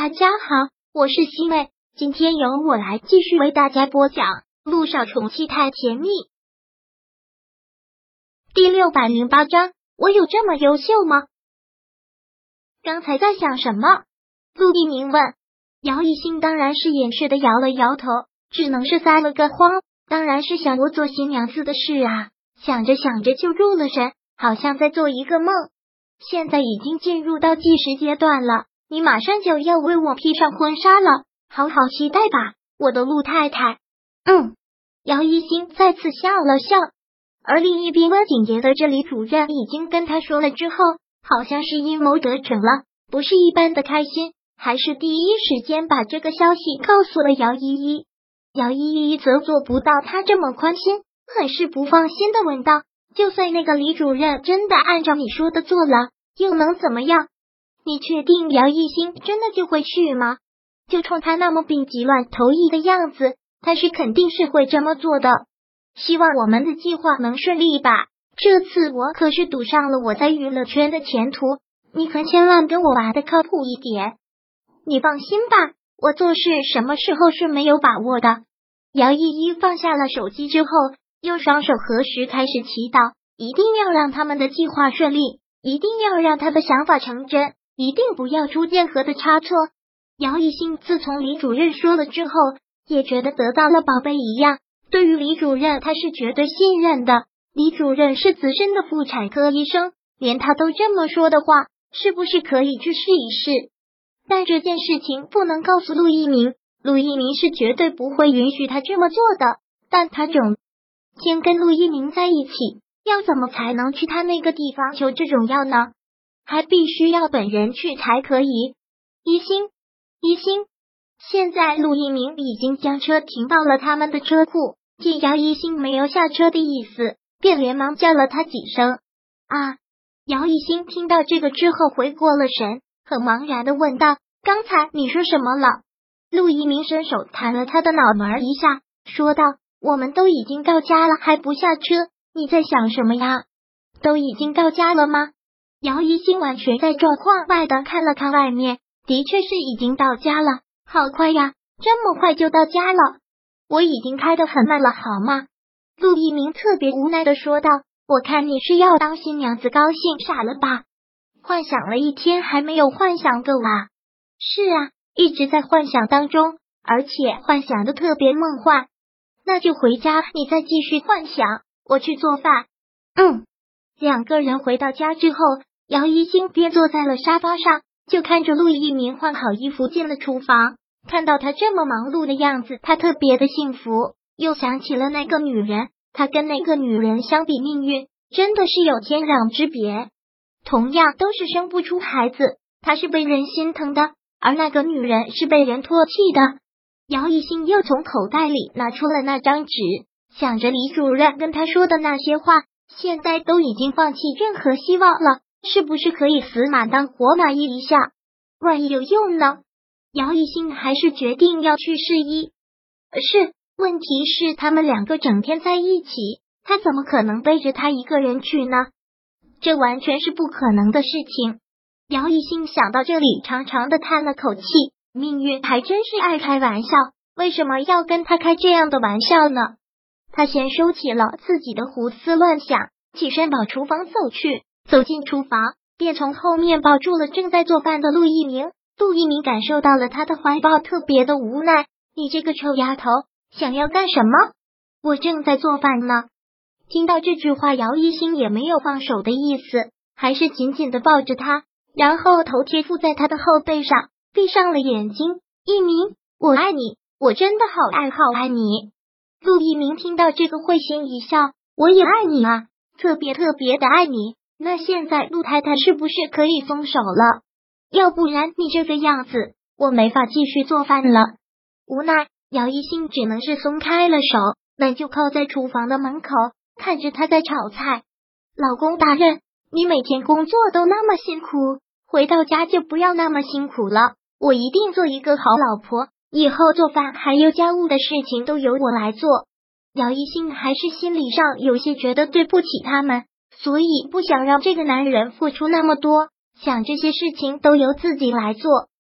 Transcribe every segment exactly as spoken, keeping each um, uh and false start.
大家好，我是西妹，今天由我来继续为大家播讲《陆少宠妻太甜蜜》第六百零八章。我有这么优秀吗？刚才在想什么？陆一鸣问。姚一兴当然是掩饰的摇了摇头，只能是撒了个谎，当然是想我做新娘子的事啊。想着想着就入了神，好像在做一个梦。现在已经进入到计时阶段了，你马上就要为我披上婚纱了，好好期待吧，我的陆太太。嗯，姚一兴再次笑了笑。而另一边温景言的这里主任已经跟他说了之后，好像是阴谋得逞了，不是一般的开心，还是第一时间把这个消息告诉了姚依依。姚依依则做不到他这么宽心，很是不放心的问道，就算那个李主任真的按照你说的做了，又能怎么样？你确定姚一兴真的就会去吗？就冲他那么病急乱投医的样子，他是肯定是会这么做的。希望我们的计划能顺利吧，这次我可是赌上了我在娱乐圈的前途，你可千万跟我玩的靠谱一点。你放心吧，我做事什么时候是没有把握的。姚依依放下了手机之后，又双手合十开始祈祷，一定要让他们的计划顺利，一定要让他的想法成真，一定不要出任何的差错。姚一兴自从李主任说了之后，也觉得得到了宝贝一样，对于李主任他是绝对信任的。李主任是资深的妇产科医生，连他都这么说的话，是不是可以去试一试？但这件事情不能告诉陆一鸣，陆一鸣是绝对不会允许他这么做的。但他总先跟陆一鸣在一起，要怎么才能去他那个地方求这种药呢？还必须要本人去才可以。一兴，一兴，现在陆一鸣已经将车停到了他们的车库，见姚一兴没有下车的意思，便连忙叫了他几声。啊！姚一兴听到这个之后回过了神，很茫然的问道：刚才你说什么了？陆一鸣伸手弹了他的脑门一下，说道：我们都已经到家了还不下车，你在想什么呀？都已经到家了吗？姚一兴完全在状况外的看了看外面，的确是已经到家了。好快呀，这么快就到家了？我已经开得很慢了好吗？陆一鸣特别无奈的说道，我看你是要当新娘子高兴傻了吧？幻想了一天还没有幻想够啊？是啊，一直在幻想当中，而且幻想的特别梦幻。那就回家你再继续幻想，我去做饭。嗯。两个人回到家之后，姚一兴便坐在了沙发上，就看着陆一鸣换好衣服进了厨房。看到他这么忙碌的样子，他特别的幸福，又想起了那个女人，他跟那个女人相比，命运真的是有天壤之别。同样都是生不出孩子，他是被人心疼的，而那个女人是被人唾弃的。姚一兴又从口袋里拿出了那张纸，想着李主任跟他说的那些话，现在都已经放弃任何希望了，是不是可以死马当活马医一下？万一有用呢？姚一兴还是决定要去试医。是，问题是他们两个整天在一起，他怎么可能背着他一个人去呢？这完全是不可能的事情。姚一兴想到这里，长长的叹了口气，命运还真是爱开玩笑，为什么要跟他开这样的玩笑呢？他先收起了自己的胡思乱想，起身往厨房走去。走进厨房，便从后面抱住了正在做饭的陆一鸣。陆一鸣感受到了他的怀抱，特别的无奈。你这个臭丫头，想要干什么？我正在做饭呢。听到这句话，姚一兴也没有放手的意思，还是紧紧的抱着他，然后头贴附在他的后背上，闭上了眼睛。一鸣，我爱你，我真的好爱好爱你。陆一鸣听到这个会心一笑，我也爱你啊，特别特别的爱你。那现在陆太太是不是可以松手了？要不然你这个样子，我没法继续做饭了。无奈，姚一兴只能是松开了手，那就靠在厨房的门口，看着他在炒菜。老公大人，你每天工作都那么辛苦，回到家就不要那么辛苦了，我一定做一个好老婆，以后做饭还有家务的事情都由我来做。姚一兴还是心理上有些觉得对不起他们，所以不想让这个男人付出那么多，想这些事情都由自己来做。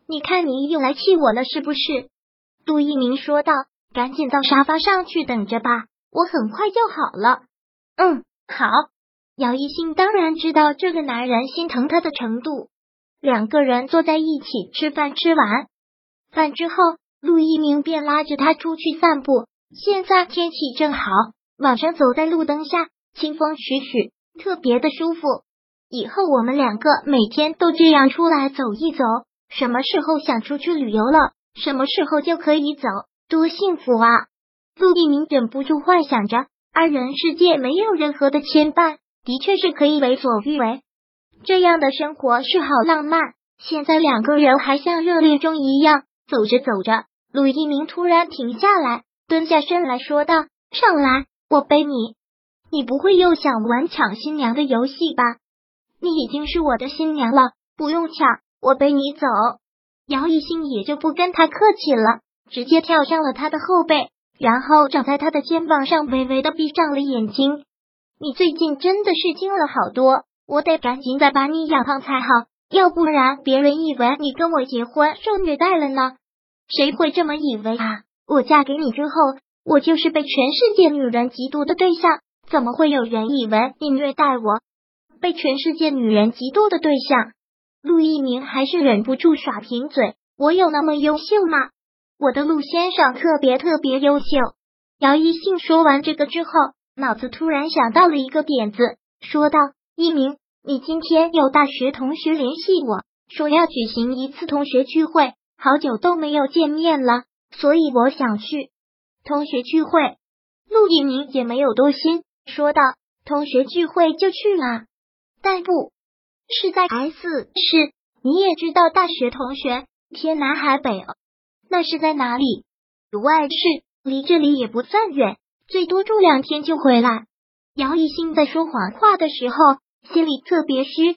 你看你又来气我了是不是？陆一鸣说道，赶紧到沙发上去等着吧，我很快就好了。嗯，好。姚一兴当然知道这个男人心疼他的程度，两个人坐在一起吃饭，吃完饭之后，陆一鸣便拉着他出去散步。现在天气正好，晚上走在路灯下，清风徐徐，特别的舒服。以后我们两个每天都这样出来走一走，什么时候想出去旅游了，什么时候就可以走，多幸福啊！陆一鸣忍不住幻想着，二人世界没有任何的牵绊，的确是可以为所欲为。这样的生活是好浪漫。现在两个人还像热恋中一样，走着走着，陆一鸣突然停下来，蹲下身来说道：上来，我背你。你不会又想玩抢新娘的游戏吧？你已经是我的新娘了，不用抢，我背你走。姚一兴也就不跟他客气了，直接跳上了他的后背，然后长在他的肩膀上，微微的闭上了眼睛。你最近真的是轻了好多，我得赶紧再把你养胖才好，要不然别人以为你跟我结婚受虐待了呢。谁会这么以为啊？我嫁给你之后，我就是被全世界女人嫉妒的对象，怎么会有人以为你虐待我？被全世界女人嫉妒的对象？陆一鸣还是忍不住耍贫嘴，我有那么优秀吗？我的陆先生特别特别优秀。姚一兴说完这个之后，脑子突然想到了一个点子，说道：一鸣，你今天有大学同学联系我，说要举行一次同学聚会，好久都没有见面了，所以我想去。同学聚会？陆一鸣也没有多心，说道：同学聚会就去啦。但不是在 S 市，你也知道大学同学天南海北，那是在哪里？外市，离这里也不算远，最多住两天就回来。姚一兴在说谎话的时候，心里特别虚。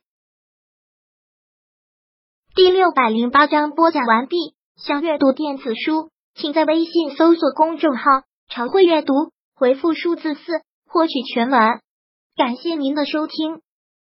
第六百零八章播讲完毕。想阅读电子书，请在微信搜索公众号常会阅读，回复数字四获取全文。感谢您的收听。